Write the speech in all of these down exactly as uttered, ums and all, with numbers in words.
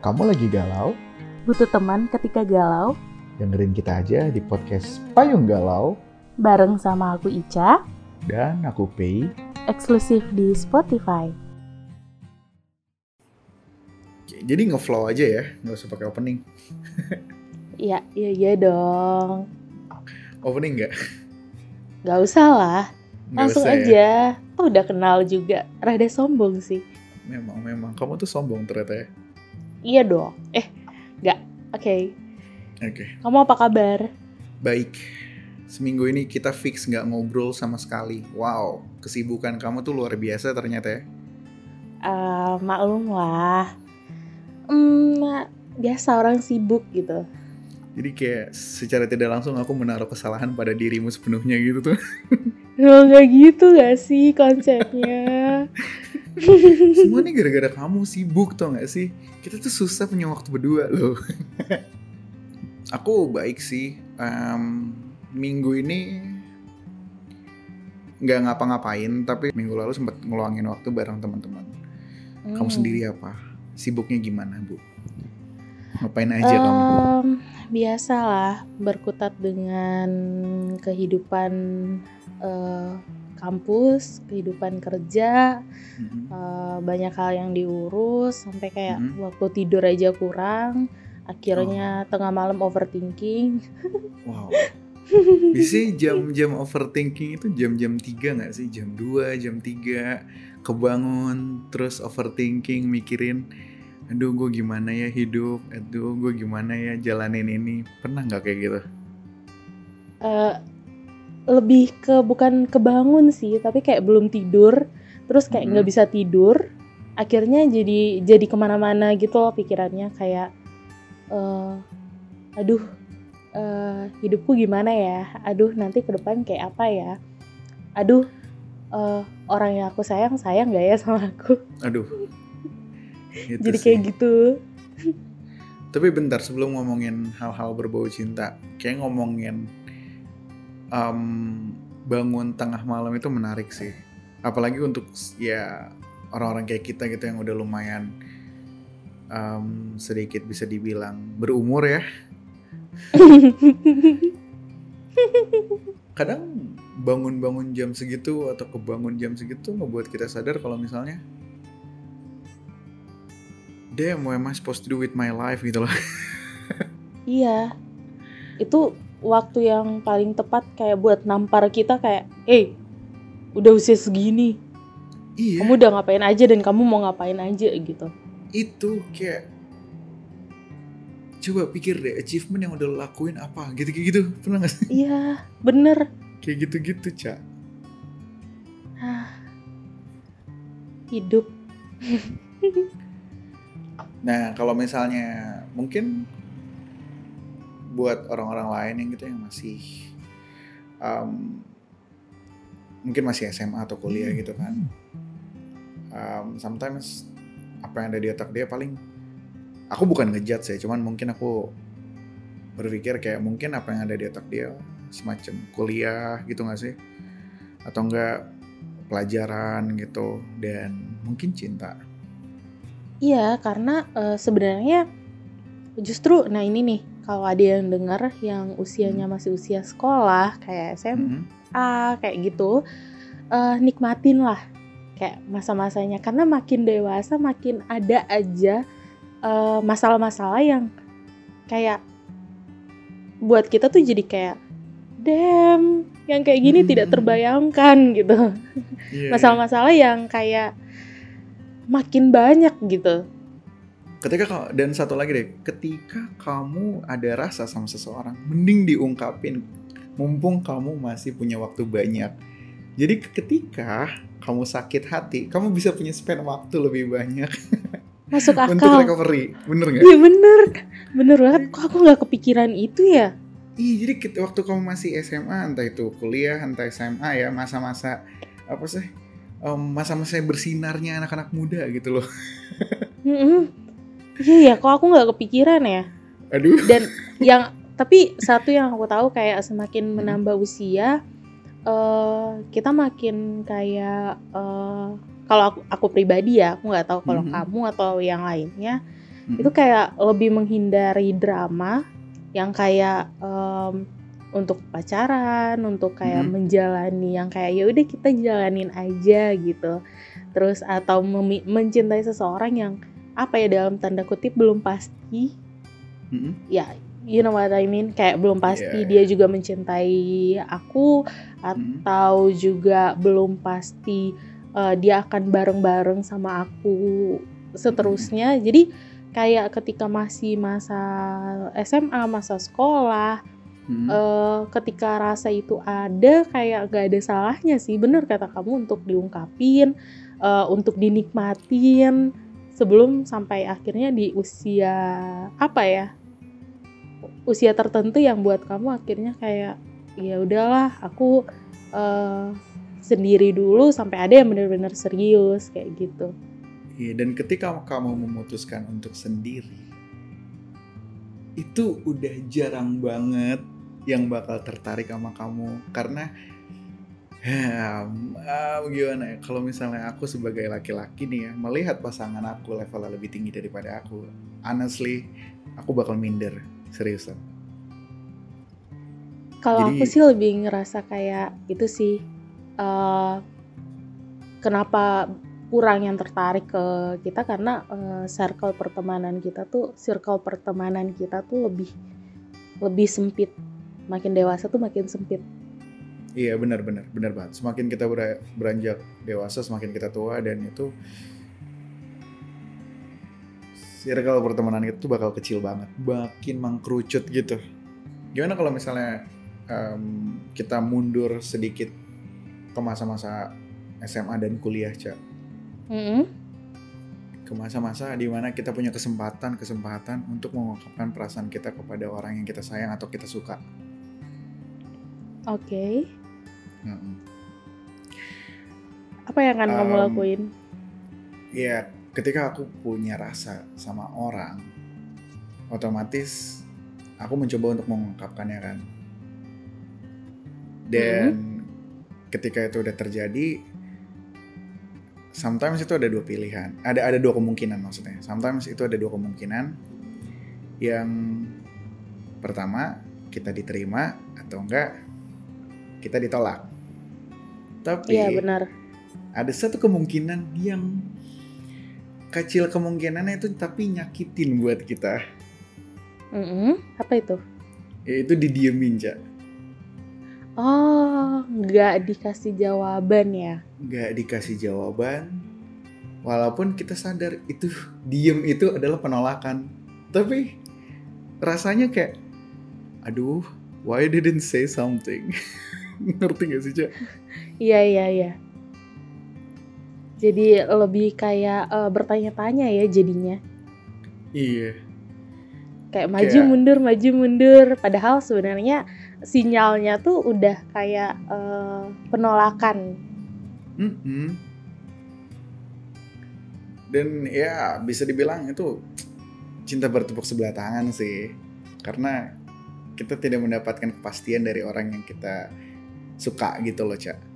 Kamu lagi galau? Butuh teman ketika galau? Dengerin kita aja di podcast Payung Galau. Bareng sama aku Ica. Dan aku Pei. Eksklusif di Spotify. Jadi nge-flow aja ya, nggak usah pakai opening. Iya, iya, iya dong. Opening nggak? Gak usah lah. Nggak Langsung usah aja. Ya? Oh, udah kenal juga. Rada sombong sih. Memang, memang. Kamu tuh sombong ternyata ya. Iya dong. Eh, gak. Oke. Okay. Oke. Okay. Kamu apa kabar? Baik. Seminggu ini kita fix nggak ngobrol sama sekali. Wow, kesibukan kamu tuh luar biasa ternyata ya. Uh, maklum lah. Hmm, biasa orang sibuk gitu. Jadi kayak secara tidak langsung aku menaruh kesalahan pada dirimu sepenuhnya gitu tuh. Loh, gak gitu gak sih konsepnya? Semua nih gara-gara kamu sibuk tau gak sih? Kita tuh susah punya waktu berdua loh. Aku baik sih. Um, minggu ini gak ngapa-ngapain, tapi minggu lalu sempat ngeluangin waktu bareng teman-teman. Hmm. Kamu sendiri apa? Sibuknya gimana, Bu? Ngapain aja um, kamu? Biasalah, berkutat dengan kehidupan uh, kampus, kehidupan kerja, mm-hmm. uh, banyak hal yang diurus, sampai kayak mm-hmm. waktu tidur aja kurang, akhirnya oh. tengah malam overthinking. Wow. Biasanya jam-jam overthinking itu jam-jam tiga gak sih? Jam dua, jam tiga, kebangun, terus overthinking, mikirin, aduh gue gimana ya hidup, aduh gue gimana ya jalanin ini. Pernah gak kayak gitu? Uh, lebih ke bukan kebangun sih, tapi kayak belum tidur, terus kayak nggak mm-hmm. bisa tidur, akhirnya jadi jadi kemana-mana gitu loh pikirannya, kayak uh, aduh uh, hidupku gimana ya, aduh nanti ke depan kayak apa ya, aduh uh, orang yang aku sayang sayang nggak ya sama aku, aduh jadi sih. Kayak gitu. Tapi bentar, sebelum ngomongin hal-hal berbau cinta, kayak ngomongin Um, bangun tengah malam itu menarik sih. Apalagi untuk ya orang-orang kayak kita gitu yang udah lumayan um, sedikit bisa dibilang berumur ya. Kadang bangun-bangun jam segitu atau kebangun jam segitu ngebuat kita sadar kalau misalnya, damn, what am I supposed to do with my life gitu loh. Iya, itu waktu yang paling tepat kayak buat nampar kita kayak, hey, udah usia segini, iya. Kamu udah ngapain aja dan kamu mau ngapain aja gitu. Itu kayak, coba pikir deh, achievement yang udah lo lakuin apa, gitu-gitu, gitu. Pernah gak sih? Iya, bener. Kayak gitu-gitu, Ca. Hidup. Nah, kalau misalnya mungkin buat orang-orang lain yang gitu yang masih um, mungkin masih S M A atau kuliah gitu kan, um, sometimes apa yang ada di otak dia paling, aku bukan ngejudge ya, cuman mungkin aku berpikir kayak mungkin apa yang ada di otak dia semacam kuliah gitu nggak sih, atau enggak pelajaran gitu, dan mungkin cinta. Iya, karena uh, sebenarnya justru, nah ini nih, kalau ada yang dengar yang usianya masih usia sekolah, kayak S M A, mm-hmm. kayak gitu, uh, nikmatin lah kayak masa-masanya. Karena makin dewasa, makin ada aja uh, masalah-masalah yang kayak buat kita tuh jadi kayak, damn, yang kayak gini mm-hmm. tidak terbayangkan gitu. Yeah, masalah-masalah yeah. yang kayak makin banyak gitu. Ketika, dan satu lagi deh, ketika kamu ada rasa sama seseorang, mending diungkapin, mumpung kamu masih punya waktu banyak. Jadi ketika kamu sakit hati, kamu bisa punya spend waktu lebih banyak. Masuk akal. Untuk recovery, bener gak? Iya bener, bener banget. Kok aku gak kepikiran itu ya? Iya, jadi waktu kamu masih S M A, entah itu kuliah, entah S M A ya, masa-masa, apa sih, um, masa-masa bersinarnya anak-anak muda gitu loh. Mm-hmm. Iya ya, kok aku nggak kepikiran ya. Aduh. Dan yang tapi satu yang aku tahu kayak semakin menambah usia, uh, kita makin kayak uh, kalau aku, aku pribadi ya, aku nggak tahu kalau mm-hmm. kamu atau yang lainnya, Mm-mm. Itu kayak lebih menghindari drama yang kayak um, untuk pacaran, untuk kayak Mm-mm. menjalani yang kayak ya udah kita jalanin aja gitu. Terus atau memi- mencintai seseorang yang apa ya dalam tanda kutip belum pasti. Mm-mm. Ya, you know what I mean, kayak belum pasti Iya, dia iya. juga mencintai aku Mm-mm. atau juga belum pasti uh, dia akan bareng-bareng sama aku seterusnya. Jadi kayak ketika masih masa S M A, masa sekolah, Mm-mm. uh, ketika rasa itu ada kayak gak ada salahnya sih, bener kata kamu, untuk diungkapin, uh, untuk dinikmatin sebelum sampai akhirnya di usia apa ya, usia tertentu yang buat kamu akhirnya kayak ya udahlah aku uh, sendiri dulu sampai ada yang benar-benar serius kayak gitu. Iya, dan ketika kamu memutuskan untuk sendiri, itu udah jarang banget yang bakal tertarik sama kamu. Karena hmm, ah, gimana ya, kalau misalnya aku sebagai laki-laki nih ya, melihat pasangan aku levelnya lebih tinggi daripada aku, honestly aku bakal minder, seriusan. Kalau aku Jadi sih lebih ngerasa kayak itu sih, uh, kenapa kurang yang tertarik ke kita karena uh, circle pertemanan kita tuh circle pertemanan kita tuh lebih lebih sempit. Makin dewasa tuh makin sempit. iya, benar-benar benar banget. Semakin kita ber- beranjak dewasa, semakin kita tua, dan itu circle pertemanan itu bakal kecil banget, makin mengkerucut gitu. Gimana kalau misalnya um, kita mundur sedikit ke masa-masa S M A dan kuliah, Cak? Mm-hmm. Ke masa-masa di mana kita punya kesempatan-kesempatan untuk mengungkapkan perasaan kita kepada orang yang kita sayang atau kita suka. Oke. Okay. Mm-mm. Apa yang akan um, kamu lakuin? Ya, ketika aku punya rasa sama orang, otomatis aku mencoba untuk mengungkapkannya kan. Dan mm-hmm. ketika itu udah terjadi, sometimes itu ada dua pilihan, ada ada dua kemungkinan maksudnya. Sometimes itu ada dua kemungkinan. Yang pertama, kita diterima, atau enggak kita ditolak. Tapi iya, benar. Ada satu kemungkinan yang kecil kemungkinannya itu tapi nyakitin buat kita. Mm-hmm. Apa itu? Yaitu didiemin, Cak. Oh, nggak dikasih jawaban ya? Nggak dikasih jawaban, walaupun kita sadar itu diem itu adalah penolakan. Tapi rasanya kayak, aduh, why didn't say something? Ngerti gak sih, Cak? Iya, iya, iya. Jadi lebih kayak uh, bertanya-tanya ya jadinya. Iya. Kayak maju kayak... mundur, maju mundur. Padahal sebenarnya sinyalnya tuh udah kayak uh, penolakan. Mm-hmm. Dan ya bisa dibilang itu cinta bertepuk sebelah tangan sih. Karena kita tidak mendapatkan kepastian dari orang yang kita suka gitu loh, Cak.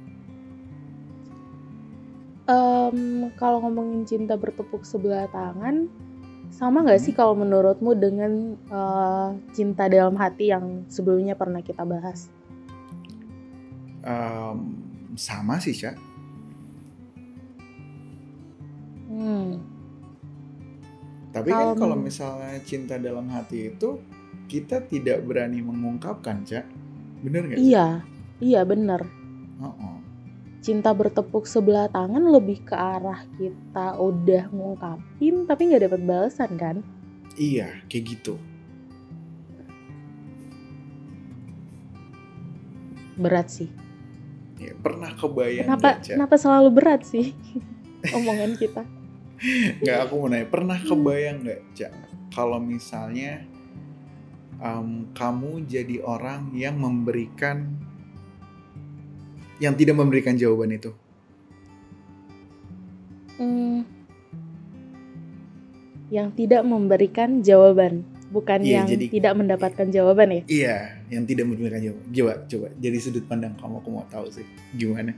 Um, kalau ngomongin cinta bertepuk sebelah tangan, sama nggak hmm. sih kalau menurutmu dengan uh, cinta dalam hati yang sebelumnya pernah kita bahas? Um, sama sih, Cak. Hmm. Tapi kalo... kan kalau misalnya cinta dalam hati itu kita tidak berani mengungkapkan, Cak. Bener nggak sih? Iya, iya bener. Uh-uh. Cinta bertepuk sebelah tangan lebih ke arah kita udah ngungkapin tapi nggak dapat balasan kan? Iya, kayak gitu. Berat sih. Ya, pernah kebayang kenapa, gak, Cak? Kenapa selalu berat sih omongan kita? Nggak, aku mau nanya, pernah kebayang gak, Cak, kalau misalnya um, kamu jadi orang yang memberikan yang tidak memberikan jawaban itu? Hmm, yang tidak memberikan jawaban, bukan iya, yang jadi, tidak mendapatkan jawaban ya? Iya, yang tidak memberikan jawaban. Coba, coba. Jadi sudut pandang kamu, aku mau tahu sih, gimana?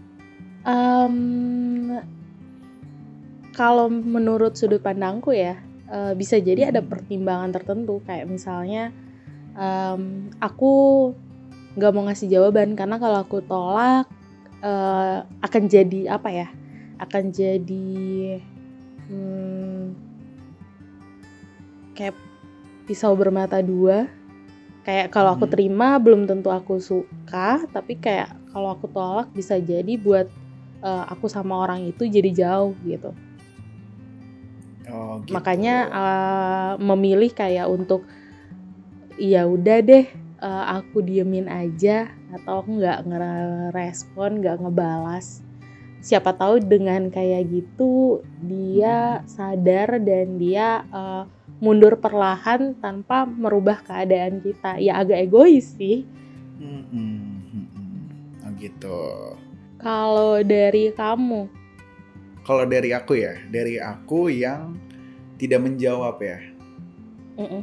Um, kalau menurut sudut pandangku ya, uh, bisa jadi ada pertimbangan tertentu, kayak misalnya um, aku nggak mau ngasih jawaban karena kalau aku tolak uh, akan jadi apa ya? Akan jadi hmm, kayak pisau bermata dua. Kayak kalau aku terima belum tentu aku suka, tapi kayak kalau aku tolak bisa jadi buat uh, aku sama orang itu jadi jauh gitu. Oh, gitu. Makanya uh, memilih kayak untuk ya udah deh uh, aku diemin aja atau aku nggak ngerespon, nggak ngebalas. Siapa tahu dengan kayak gitu dia hmm. sadar dan dia uh, mundur perlahan tanpa merubah keadaan kita. Ya agak egois sih. Hmm, hmm, hmm. Oh gitu. Kalau dari kamu? Kalau dari aku ya, dari aku yang tidak menjawab ya. Mm-mm.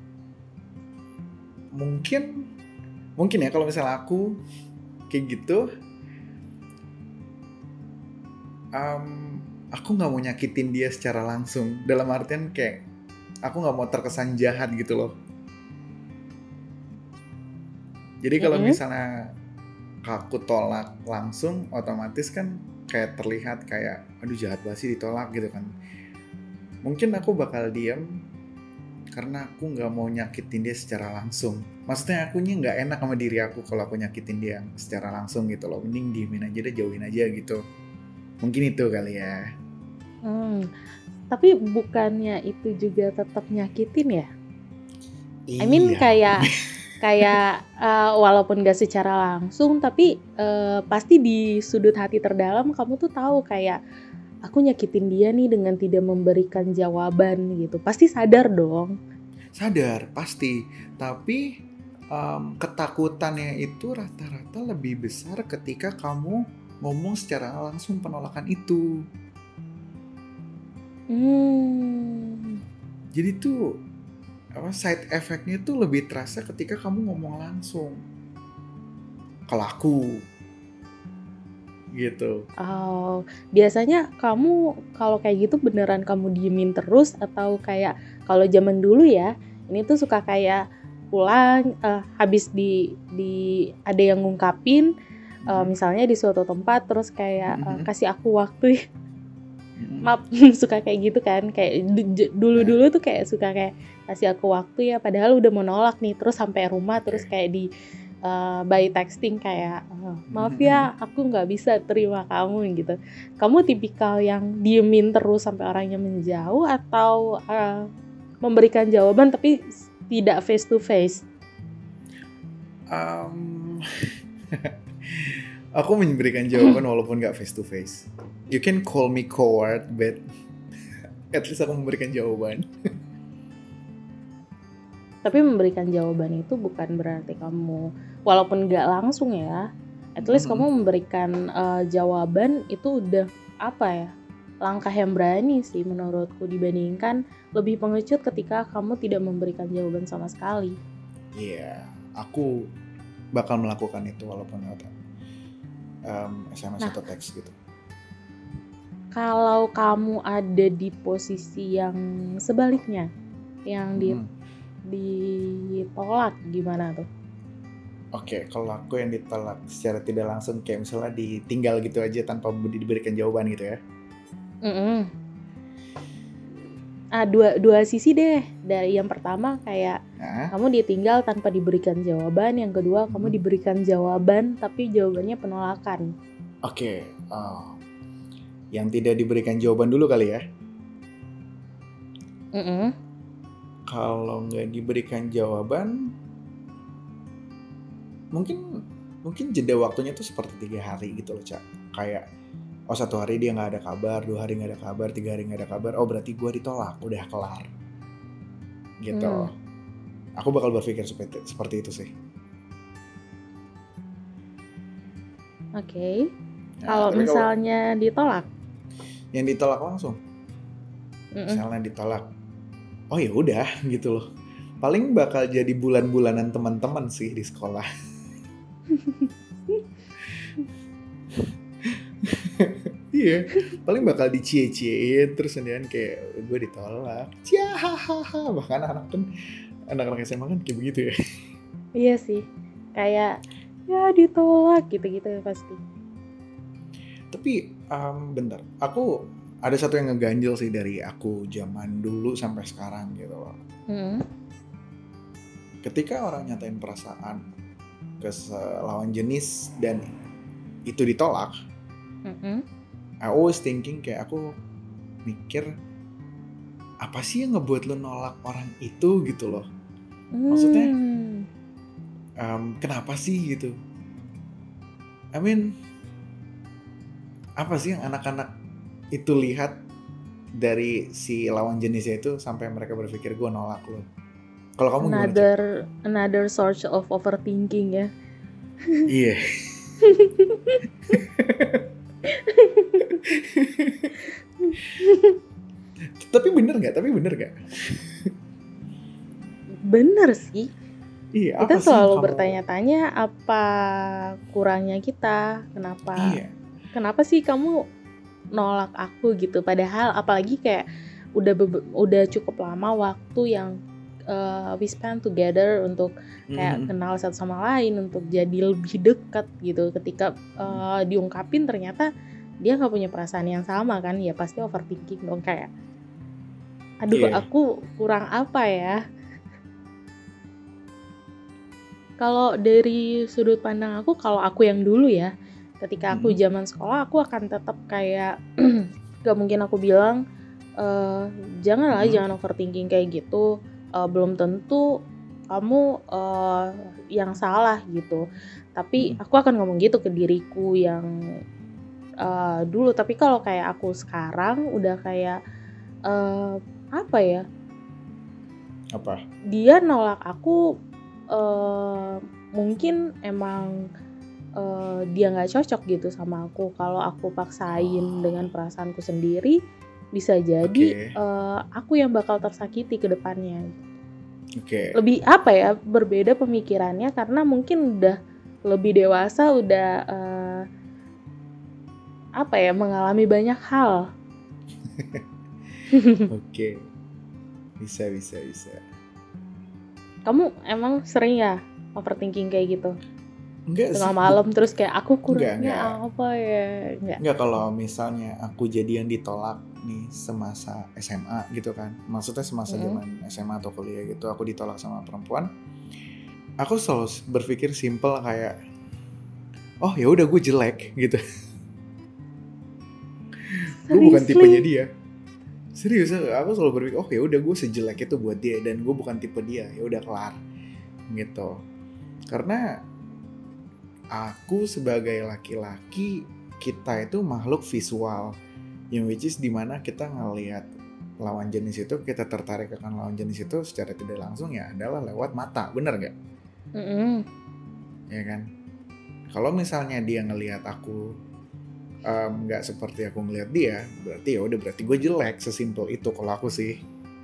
Mungkin, mungkin ya kalau misalnya aku kayak gitu, um, aku nggak mau nyakitin dia secara langsung. Dalam artian kayak aku nggak mau terkesan jahat gitu loh. Jadi kalau mm-hmm. misalnya aku tolak langsung, otomatis kan kayak terlihat kayak aduh jahat banget sih ditolak gitu kan. Mungkin aku bakal diem karena aku nggak mau nyakitin dia secara langsung. Maksudnya akunya nggak enak sama diri aku kalau aku nyakitin dia secara langsung gitu loh. Mending diemin aja deh, jauhin aja gitu. Mungkin itu kali ya. Hmm. Tapi bukannya itu juga tetap nyakitin ya? Iya. I mean kayak kayak uh, walaupun gak secara langsung, tapi uh, pasti di sudut hati terdalam kamu tuh tahu kayak aku nyakitin dia nih dengan tidak memberikan jawaban gitu. Pasti sadar dong. Sadar, pasti. Tapi um, ketakutannya itu rata-rata lebih besar ketika kamu ngomong secara langsung penolakan itu. Hmm. Jadi tuh apa side effect-nya tuh lebih terasa ketika kamu ngomong langsung. Kalau aku gitu. Oh, biasanya kamu kalau kayak gitu beneran kamu diemin terus atau kayak kalau zaman dulu ya, ini tuh suka kayak pulang uh, habis di di ada yang ngungkapin mm-hmm. uh, misalnya di suatu tempat terus kayak mm-hmm. uh, kasih aku waktu ya. Maaf, suka kayak gitu kan, kayak dulu-dulu tuh kayak suka kayak kasih aku waktu ya, padahal udah mau nolak nih, terus sampai rumah okay. terus kayak di uh, by texting kayak oh, maaf ya aku nggak bisa terima kamu gitu. Kamu tipikal yang diemin terus sampai orangnya menjauh atau uh, memberikan jawaban tapi tidak face to face? Um, aku memberikan jawaban walaupun nggak face to face. You can call me coward, but at least aku memberikan jawaban. Tapi memberikan jawaban itu bukan berarti kamu, walaupun nggak langsung ya, at least mm-hmm. kamu memberikan uh, jawaban itu udah apa ya, langkah yang berani sih menurutku dibandingkan lebih pengecut ketika kamu tidak memberikan jawaban sama sekali. Iya, yeah, aku bakal melakukan itu walaupun lewat um, S M S nah, atau teks gitu. Kalau kamu ada di posisi yang sebaliknya, yang di, hmm. ditolak gimana tuh? Oke, okay, kalau aku yang ditolak secara tidak langsung kayak misalnya ditinggal gitu aja tanpa diberikan jawaban gitu ya? Mm-mm. Ah, dua dua sisi deh. Dari yang pertama kayak nah. kamu ditinggal tanpa diberikan jawaban, yang kedua hmm. kamu diberikan jawaban tapi jawabannya penolakan. Oke. Okay. Oh. Yang tidak diberikan jawaban dulu kali ya. Mm-mm. Kalau nggak diberikan jawaban, mungkin mungkin jeda waktunya tuh seperti tiga hari gitu loh, Cak. Kayak oh satu hari dia nggak ada kabar, dua hari nggak ada kabar, tiga hari nggak ada kabar. Oh berarti gue ditolak, udah kelar. Gitu. Hmm. Aku bakal berpikir seperti seperti itu sih. Oke. Okay. Nah, kalau misalnya kalau ditolak? Yang ditolak langsung. Mm-mm. Misalnya ditolak. Oh ya udah gitu loh. Paling bakal jadi bulan-bulanan teman-teman sih di sekolah. Iya, paling bakal dicie-ciein terus kemudian kayak gue ditolak. Ciahahaha, bahkan anak kan anak-anak S M A kan kayak begitu ya. Iya sih, kayak ya ditolak gitu-gitu pasti. Tapi um, bentar, aku ada satu yang ngeganjel sih dari aku zaman dulu sampai sekarang gitu loh. Hmm. Ketika orang nyatain perasaan ke lawan jenis dan itu ditolak, Mm-mm. I always thinking kayak aku mikir apa sih yang ngebuat lo nolak orang itu gitu loh. Maksudnya Hmm. um, kenapa sih gitu? I mean apa sih yang anak-anak itu lihat dari si lawan jenisnya itu sampai mereka berpikir gue nolak lo? Kalau kamu gimana? Another another source of overthinking ya. Iya. Tapi bener nggak? Tapi bener nggak? Bener sih. Iya. Kita Apa sih selalu kamu... bertanya-tanya apa kurangnya kita, kenapa? Iya. Kenapa sih kamu nolak aku gitu? Padahal apalagi kayak udah be- udah cukup lama waktu yang uh, we spend together untuk kayak Mm-hmm. kenal satu sama lain, untuk jadi lebih dekat gitu. Ketika uh, diungkapin ternyata dia nggak punya perasaan yang sama kan, ya pasti overthinking dong, kayak aduh Iya. aku kurang apa ya. Kalau dari sudut pandang aku, kalau aku yang dulu ya, ketika aku Hmm. zaman sekolah, aku akan tetap kayak gak mungkin aku bilang uh, janganlah, Hmm. jangan overthinking kayak gitu, uh, belum tentu kamu uh, yang salah gitu. Tapi Hmm. aku akan ngomong gitu ke diriku yang uh, dulu. Tapi kalau kayak aku sekarang udah kayak uh, apa ya, Apa? dia nolak aku uh, mungkin emang uh, dia nggak cocok gitu sama aku. Kalau aku paksain Oh. dengan perasaanku sendiri, bisa jadi Oke. uh, aku yang bakal tersakiti ke depannya. Oke. Lebih apa ya, berbeda pemikirannya karena mungkin udah lebih dewasa, udah uh, apa ya, mengalami banyak hal. Oke. Bisa, bisa, bisa. Kamu emang sering ya overthinking kayak gitu? Enggak sih. Tengah malam terus kayak aku kurangnya Enggak, enggak. apa ya? Enggak. Enggak, kalau misalnya aku jadi yang ditolak nih semasa S M A gitu kan. Maksudnya semasa Hmm. zaman S M A atau kuliah gitu, aku ditolak sama perempuan. Aku selalu berpikir simple kayak, oh ya udah gue jelek gitu. Gue bukan tipenya dia. Serius, aku selalu berpikir, oh ya udah gue sejelek itu buat dia dan gue bukan tipe dia, ya udah kelar gitu. Karena aku sebagai laki-laki, kita itu makhluk visual, yang which is dimana kita ngelihat lawan jenis itu, kita tertarik akan lawan jenis itu secara tidak langsung ya adalah lewat mata, bener nggak? Mm-mm. Ya kan? Kalau misalnya dia ngelihat aku nggak um, seperti aku ngelihat dia, berarti ya udah berarti gue jelek, sesimpel itu kalau aku sih.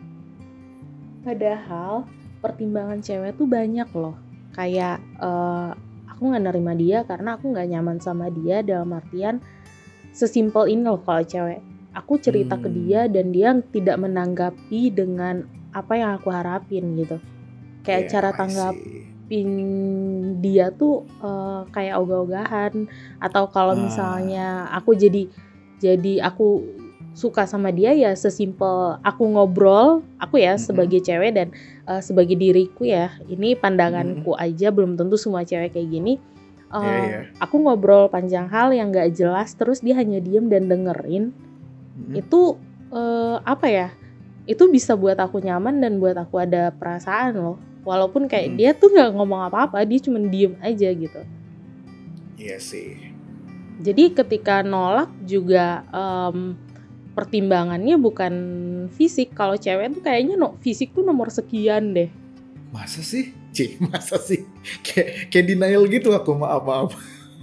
Padahal pertimbangan cewek tuh banyak loh. Kayak uh, aku nggak nerima dia karena aku nggak nyaman sama dia, dalam artian sesimpel ini loh. Kalau cewek, aku cerita Hmm. ke dia dan dia tidak menanggapi dengan apa yang aku harapin gitu. Kayak Yeah, cara I tanggap see. dia tuh uh, kayak ogah-ogahan, atau kalau Ah. misalnya aku jadi jadi aku suka sama dia ya sesimpel aku ngobrol, aku ya Mhm. sebagai cewek dan uh, sebagai diriku ya, ini pandanganku aja, belum tentu semua cewek kayak gini. Uh, Iya, iya. Aku ngobrol panjang hal yang nggak jelas terus dia hanya diem dan dengerin, Mhm. itu uh, apa ya? Itu bisa buat aku nyaman dan buat aku ada perasaan loh. Walaupun kayak Hmm. dia tuh nggak ngomong apa-apa, dia cuma diem aja gitu. Iya sih. Jadi ketika nolak juga um, pertimbangannya bukan fisik. Kalau cewek tuh kayaknya no, fisik tuh nomor sekian deh. Masa sih? Cih, masa sih? Kayak kayak denial gitu aku, maaf maaf.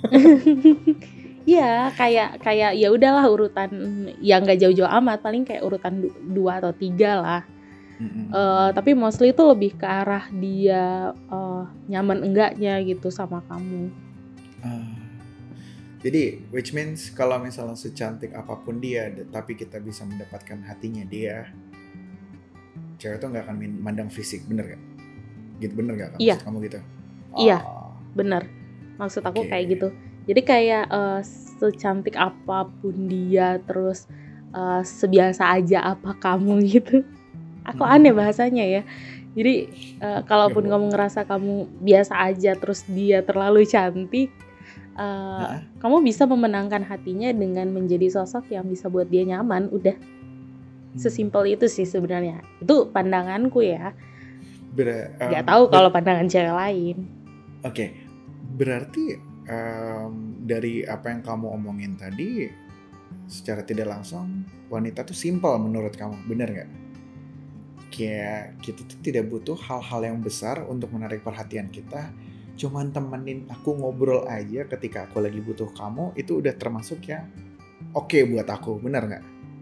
Iya, kayak kayak ya udahlah urutan yang nggak jauh-jauh amat, paling kayak urutan du- dua atau tiga lah. Mm-mm. Uh, tapi mostly itu lebih ke arah dia uh, nyaman enggaknya gitu sama kamu. Ah, Jadi which means kalau misalnya secantik apapun dia, tapi kita bisa mendapatkan hatinya dia, cewek tuh nggak akan mandang fisik, bener gak? Gitu bener gak? Iya. Maksud kamu gitu? Iya, Oh, bener. Maksud aku Oke. kayak gitu. Jadi kayak uh, secantik apapun dia, terus uh, sebiasa aja apa kamu gitu. Aku aneh bahasanya ya. Jadi uh, kalaupun Nggak kamu ngerasa kamu biasa aja, terus dia terlalu cantik, uh, Hah? kamu bisa memenangkan hatinya dengan menjadi sosok yang bisa buat dia nyaman. Udah, Hmm. sesimpel itu sih sebenarnya. Itu pandanganku ya. Ber- um, Gak tahu ber- kalau pandangan cewek lain. Oke, berarti um, dari apa yang kamu omongin tadi, secara tidak langsung wanita tuh simpel menurut kamu, bener nggak? Kayak kita tuh tidak butuh hal-hal yang besar untuk menarik perhatian kita. Cuman temenin aku ngobrol aja ketika aku lagi butuh kamu, itu udah termasuk ya oke buat aku, bener nggak?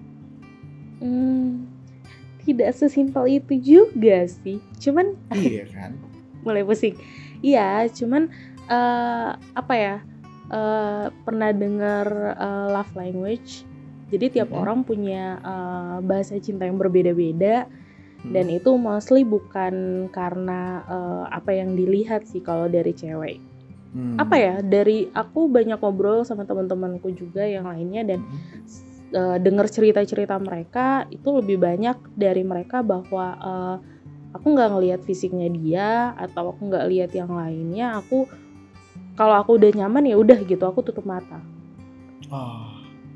Hmm, tidak sesimpel itu juga sih. Cuman Iya kan? mulai pusing. Iya, cuman uh, apa ya? Uh, pernah dengar uh, love language. Jadi tiap Mhm. orang punya uh, bahasa cinta yang berbeda-beda. Hmm. Dan itu mostly bukan karena uh, apa yang dilihat sih kalau dari cewek. Hmm. Apa ya? Dari aku banyak ngobrol sama teman-temanku juga yang lainnya dan Hmm. uh, dengar cerita-cerita mereka itu lebih banyak dari mereka bahwa uh, aku nggak ngelihat fisiknya dia atau aku nggak lihat yang lainnya. Aku kalau aku udah nyaman ya udah gitu, aku tutup mata. Oh.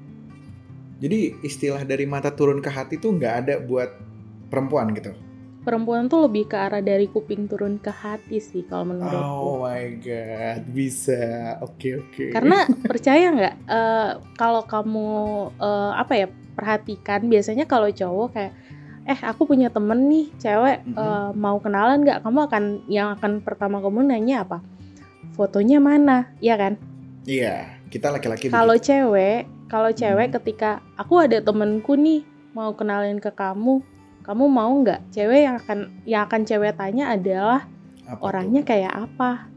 Jadi istilah dari mata turun ke hati tuh nggak ada buat perempuan gitu? Perempuan tuh lebih ke arah dari kuping turun ke hati sih kalau menurutku. Oh my god, bisa. Oke oke. Karena percaya nggak uh, kalau kamu uh, apa ya perhatikan biasanya kalau cowok kayak eh aku punya temen nih cewek Mhm. uh, mau kenalan nggak, kamu akan yang akan pertama kamu nanya apa? Fotonya mana, ya kan? Iya, kita laki-laki Kalau begitu. cewek, kalau cewek Mhm. ketika aku ada temenku nih mau kenalin ke kamu, kamu mau nggak? Cewek yang akan yang akan cewek tanya adalah Apa orangnya tuh? kayak apa?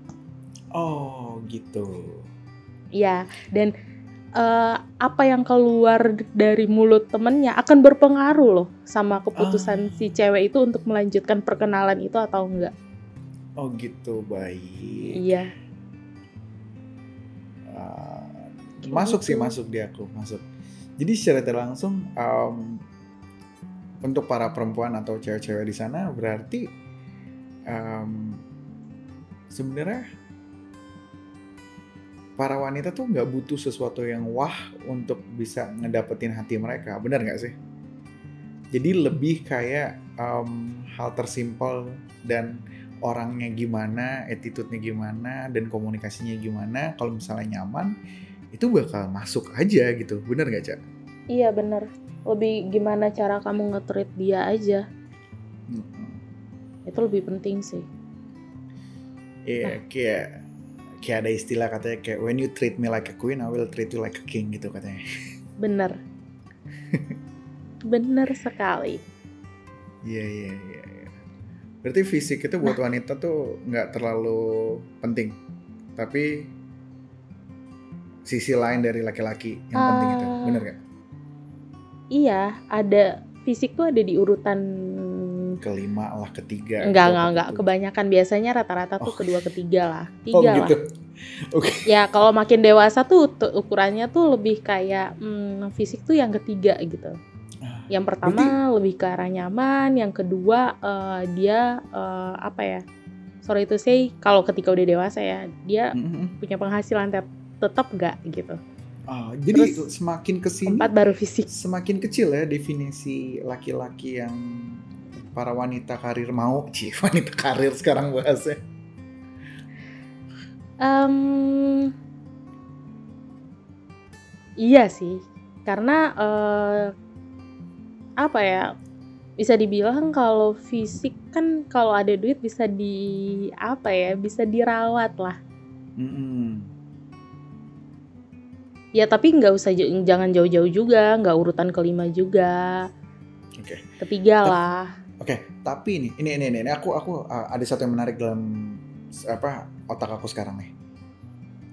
Oh gitu. Ya, dan uh, apa yang keluar dari mulut temennya akan berpengaruh loh sama keputusan Ah. si cewek itu untuk melanjutkan perkenalan itu atau enggak. Oh gitu, baik. Iya. Uh, Kayak masuk gitu. sih, masuk di aku, masuk. Jadi secara tidak langsung um, untuk para perempuan atau cewek-cewek di sana berarti um, sebenarnya para wanita tuh nggak butuh sesuatu yang wah untuk bisa ngedapetin hati mereka, benar nggak sih? Jadi lebih kayak um, hal tersimpel dan orangnya gimana, attitude-nya gimana, dan komunikasinya gimana. Kalau misalnya nyaman, itu bakal masuk aja gitu, benar nggak, Cak? Iya benar. Lebih gimana cara kamu nge-treat dia aja. Mm-mm. Itu lebih penting sih. Iya, Nah. kayak kayak ada istilah katanya kayak when you treat me like a queen, I will treat you like a king gitu katanya. Bener. Bener sekali. Iya iya iya. Berarti fisik itu buat nah. wanita tuh nggak terlalu penting, tapi sisi lain dari laki-laki yang uh, penting itu, bener nggak? Iya, ada fisik tuh ada di urutan kelima lah, ketiga. Enggak enggak enggak, kebanyakan biasanya rata-rata tuh oh. kedua ketiga lah, tiga oh, gitu. lah. Oke. Okay. Ya kalau makin dewasa tuh, tuh ukurannya tuh lebih kayak hmm, fisik tuh yang ketiga gitu. Yang pertama berarti lebih ke arah nyaman, yang kedua uh, dia uh, apa ya? Sorry to say, kalau ketika udah dewasa ya, dia mm-hmm. punya penghasilan tet- tetap nggak gitu. Oh, jadi terus, semakin kesini empat baru fisik. Semakin kecil ya definisi laki-laki yang para wanita karir mau, cih wanita karir sekarang bahasnya. Um, iya sih, karena uh, apa ya, bisa dibilang kalau fisik kan kalau ada duit bisa di apa ya, bisa dirawat lah. Mm-hmm. Ya tapi nggak usah, jangan jauh-jauh juga, nggak urutan kelima juga. Oke. Okay. Ketiga Ta- lah. Oke, okay. Tapi ini, ini, ini, ini, aku, aku uh, ada satu yang menarik dalam apa otak aku sekarang nih.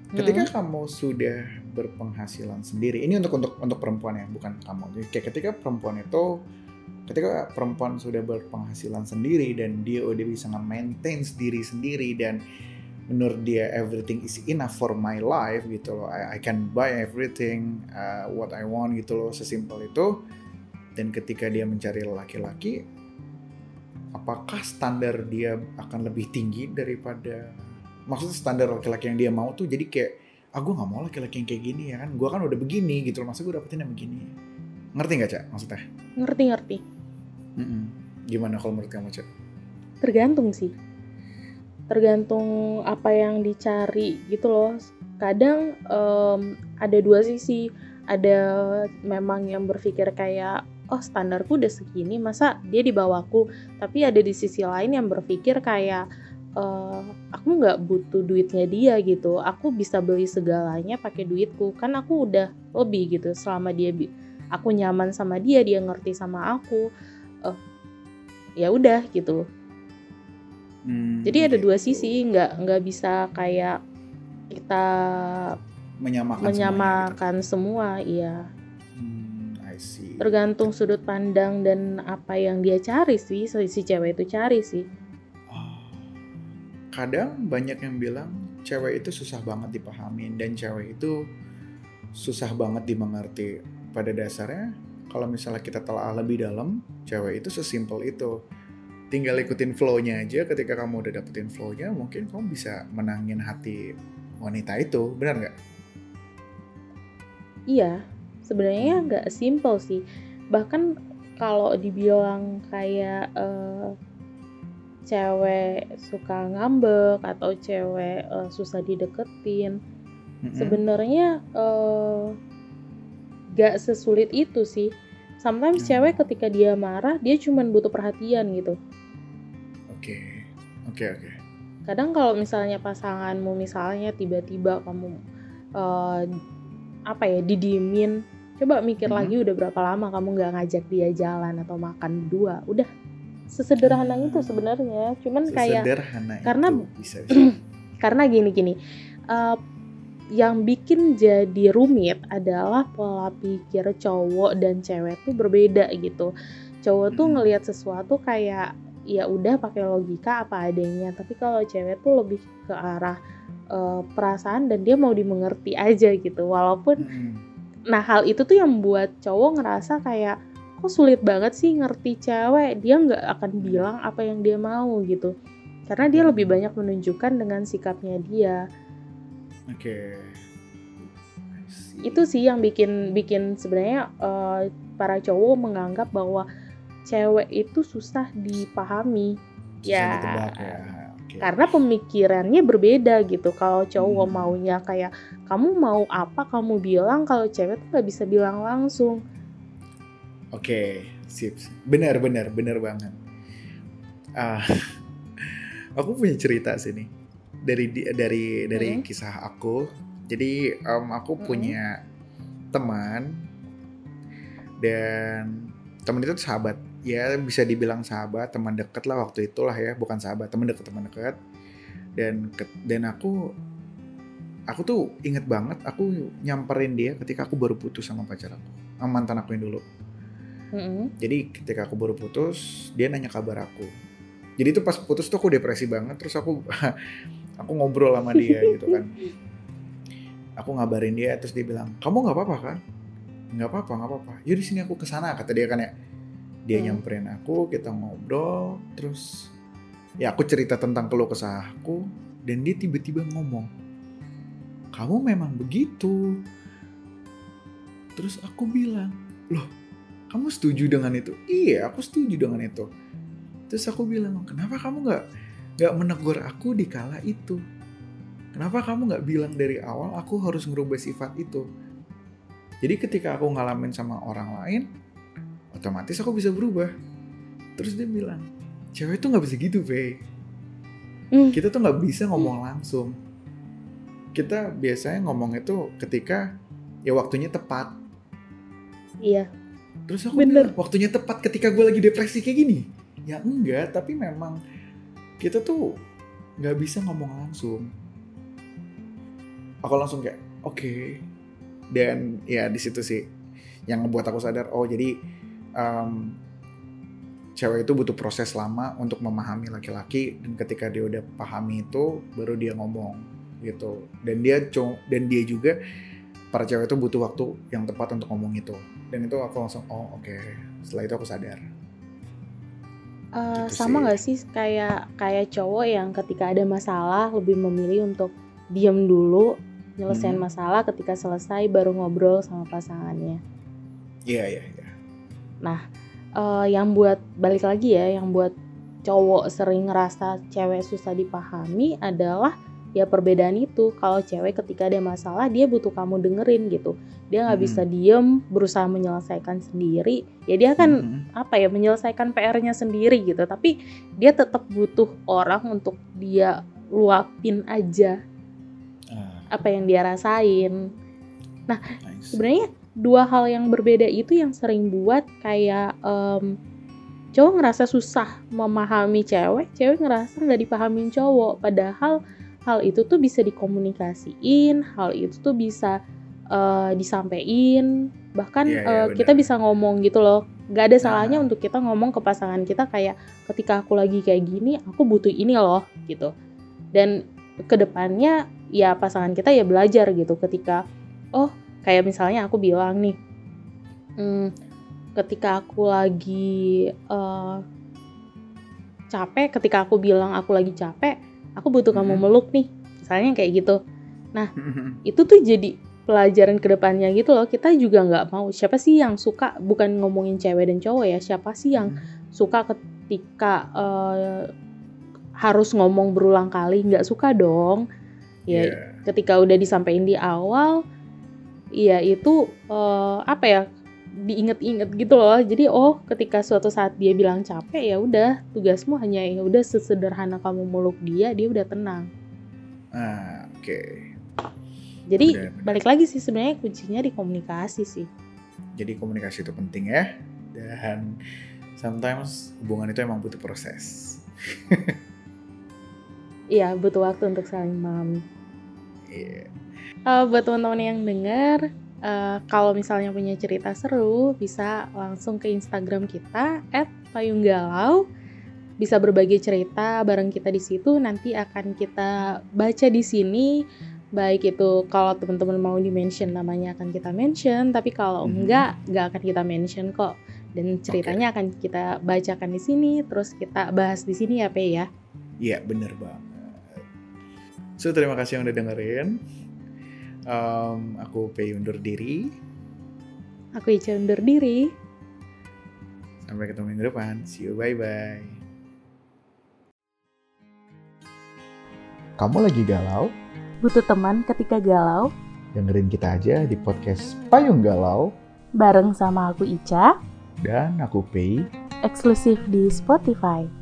Ketika Mm-mm. kamu sudah berpenghasilan sendiri, ini untuk untuk untuk perempuan ya, bukan kamu. Jadi kayak ketika perempuan itu, ketika perempuan sudah berpenghasilan sendiri dan dia udah bisa nge-maintain diri sendiri dan menurut dia everything is enough for my life gitu loh, I, I can buy everything uh, what I want gitu loh, sesimpel itu. Dan ketika dia mencari laki-laki, apakah standar dia akan lebih tinggi daripada, maksudnya standar laki-laki yang dia mau tuh jadi kayak, ah gue gak mau laki-laki yang kayak gini ya kan, gue kan udah begini gitu loh, masa gue dapetin yang begini. Ngerti gak Cak maksudnya? Ngerti-ngerti. Mm-mm. Gimana kalau menurut kamu Cak? Tergantung sih. Tergantung apa yang dicari gitu loh. Kadang um, ada dua sisi. Ada memang yang berpikir kayak, oh standarku udah segini, masa dia di bawahku. Tapi ada di sisi lain yang berpikir kayak, uh, aku nggak butuh duitnya dia gitu. Aku bisa beli segalanya pakai duitku. Kan aku udah lebih gitu. Selama dia, aku nyaman sama dia, dia ngerti sama aku. Uh, ya udah gitu. Hmm, Jadi ada gitu. dua sisi, nggak nggak bisa kayak kita menyamakan, menyamakan semua, semua, iya. Hmm, I see. Tergantung sudut pandang dan apa yang dia cari sih, si cewek itu cari sih. Oh. Kadang banyak yang bilang cewek itu susah banget dipahamin dan cewek itu susah banget dimengerti. Pada dasarnya kalau misalnya kita telah lebih dalam, cewek itu sesimpel itu. Tinggal ikutin flow-nya aja. Ketika kamu udah dapetin flow-nya, mungkin kamu bisa menangin hati wanita itu, benar nggak? Iya, sebenarnya nggak simple sih. Bahkan kalau dibilang kayak uh, cewek suka ngambek atau cewek uh, susah dideketin, mm-hmm. sebenarnya uh, nggak sesulit itu sih. Sometimes hmm. cewek ketika dia marah, dia cuma butuh perhatian gitu. Oke, okay. oke, okay, oke. Okay. Kadang kalau misalnya pasanganmu misalnya tiba-tiba kamu uh, apa ya didiemin, coba mikir hmm. lagi udah berapa lama kamu nggak ngajak dia jalan atau makan berdua. Udah sesederhana hmm. itu sebenarnya, cuman kayak karena bisa, bisa. karena gini-gini. Uh, yang bikin jadi rumit adalah pola pikir cowok dan cewek tuh berbeda gitu. Cowok tuh ngelihat sesuatu kayak ya udah pakai logika apa adanya, tapi kalau cewek tuh lebih ke arah uh, perasaan dan dia mau dimengerti aja gitu. Walaupun mm-hmm. nah hal itu tuh yang membuat cowok ngerasa kayak kok sulit banget sih ngerti cewek, dia nggak akan bilang apa yang dia mau gitu, karena dia lebih banyak menunjukkan dengan sikapnya dia. Oke. Okay. Itu sih yang bikin bikin sebenarnya uh, para cowok menganggap bahwa cewek itu susah dipahami. Susah ya. Ditebak, ya. Okay. Karena pemikirannya berbeda gitu. Kalau cowok hmm. maunya kayak kamu mau apa kamu bilang, kalau cewek tuh nggak bisa bilang langsung. Oke, okay. Sip. Benar, benar, benar banget. Ah, aku punya cerita sih nih. dari dari dari hmm. kisah aku. Jadi um, aku hmm. punya teman dan teman itu sahabat, ya bisa dibilang sahabat, teman dekat lah waktu itulah ya, bukan sahabat, teman dekat, teman dekat. Dan dan aku aku tuh inget banget aku nyamperin dia ketika aku baru putus sama pacar aku, sama mantan aku yang dulu. Hmm. Jadi ketika aku baru putus, dia nanya kabar aku. Jadi itu pas putus tuh aku depresi banget, terus aku aku ngobrol sama dia gitu kan. Aku ngabarin dia, terus dia bilang, kamu nggak apa-apa kan? Nggak apa-apa, nggak apa-apa. Yaudah sini aku kesana, kata dia kan ya. Dia hmm. nyamperin aku, kita ngobrol, terus ya aku cerita tentang keluh kesah aku, dan dia tiba-tiba ngomong, kamu memang begitu. Terus aku bilang, loh, kamu setuju dengan itu? Iya, aku setuju dengan itu. Terus aku bilang, kenapa kamu nggak nggak menegur aku di kala itu? Kenapa kamu nggak bilang dari awal aku harus ngerubah sifat itu? Jadi ketika aku ngalamin sama orang lain, otomatis aku bisa berubah. Terus dia bilang, cewek tuh nggak bisa gitu, Fe. Mm. Kita tuh nggak bisa ngomong mm. langsung. Kita biasanya ngomong itu ketika ya waktunya tepat. Iya. Terus aku bilang, waktunya tepat ketika gue lagi depresi kayak gini? Ya enggak, tapi memang kita tuh nggak bisa ngomong langsung. aku langsung kayak oke okay. Dan ya di situ sih yang ngebuat aku sadar, oh jadi um, cewek itu butuh proses lama untuk memahami laki-laki, dan ketika dia udah pahami itu baru dia ngomong gitu. Dan dia dan dia juga para cewek itu butuh waktu yang tepat untuk ngomong itu. Dan itu aku langsung oh oke okay. Setelah itu aku sadar. Uh, gitu sama sih. nggak sih kayak kayak cowok yang ketika ada masalah lebih memilih untuk diam dulu, nyelesain hmm. masalah, ketika selesai baru ngobrol sama pasangannya. Iya iya iya. Nah, uh, yang buat balik lagi ya, yang buat cowok sering ngerasa cewek susah dipahami adalah ya perbedaan itu. Kalau cewek ketika ada masalah dia butuh kamu dengerin gitu. Dia nggak hmm. bisa diem berusaha menyelesaikan sendiri. Ya dia kan hmm. apa ya menyelesaikan P R-nya sendiri gitu. Tapi dia tetap butuh orang untuk dia luapin aja uh. apa yang dia rasain. Nah nice. Sebenarnya dua hal yang berbeda itu yang sering buat kayak um, cowok ngerasa susah memahami cewek, cewek ngerasa nggak dipahamin cowok. Padahal hal itu tuh bisa dikomunikasiin, hal itu tuh bisa uh, disampein, bahkan yeah, yeah, uh, kita bisa ngomong gitu loh. Gak ada salahnya nah. untuk kita ngomong ke pasangan kita kayak ketika aku lagi kayak gini, aku butuh ini loh gitu. Dan kedepannya ya pasangan kita ya belajar gitu ketika oh kayak misalnya aku bilang nih, hmm, ketika aku lagi uh, capek, ketika aku bilang aku lagi capek, aku butuh mm-hmm. kamu meluk nih, misalnya kayak gitu. Nah, mm-hmm. itu tuh jadi pelajaran kedepannya gitu loh. Kita juga nggak mau. Siapa sih yang suka, bukan ngomongin cewek dan cowok ya, siapa sih yang mm-hmm. suka ketika uh, harus ngomong berulang kali? Nggak suka dong. Ya, yeah. ketika udah disampaikan di awal, ya itu uh, apa ya? diinget-inget gitu loh. Jadi oh ketika suatu saat dia bilang capek, ya udah tugasmu hanya ya udah sesederhana kamu meluk dia, dia udah tenang. Ah, oke. Okay. Jadi benar, benar. Balik lagi sih sebenarnya kuncinya di komunikasi sih. Jadi komunikasi itu penting ya. Dan sometimes hubungan itu emang butuh proses. Iya, butuh waktu untuk saling memahami. Iya. Yeah. Uh, buat teman-teman yang dengar, Uh, kalau misalnya punya cerita seru, bisa langsung ke Instagram kita et payunggalau. Bisa berbagi cerita bareng kita di situ. Nanti akan kita baca di sini. Baik itu kalau teman-teman mau di-mention, namanya akan kita mention. Tapi kalau mm-hmm. enggak, enggak akan kita mention kok. Dan ceritanya okay. akan kita bacakan di sini, terus kita bahas di sini ya, Pe ya. Iya, bener banget. So, terima kasih yang udah dengerin. Um, aku Pei undur diri. Aku Ica undur diri. Sampai ketemu minggu depan. See you, bye-bye. Kamu lagi galau? Butuh teman ketika galau? Dengerin kita aja di podcast Payung Galau. Bareng sama aku Ica. Dan aku Pei. Eksklusif di Spotify.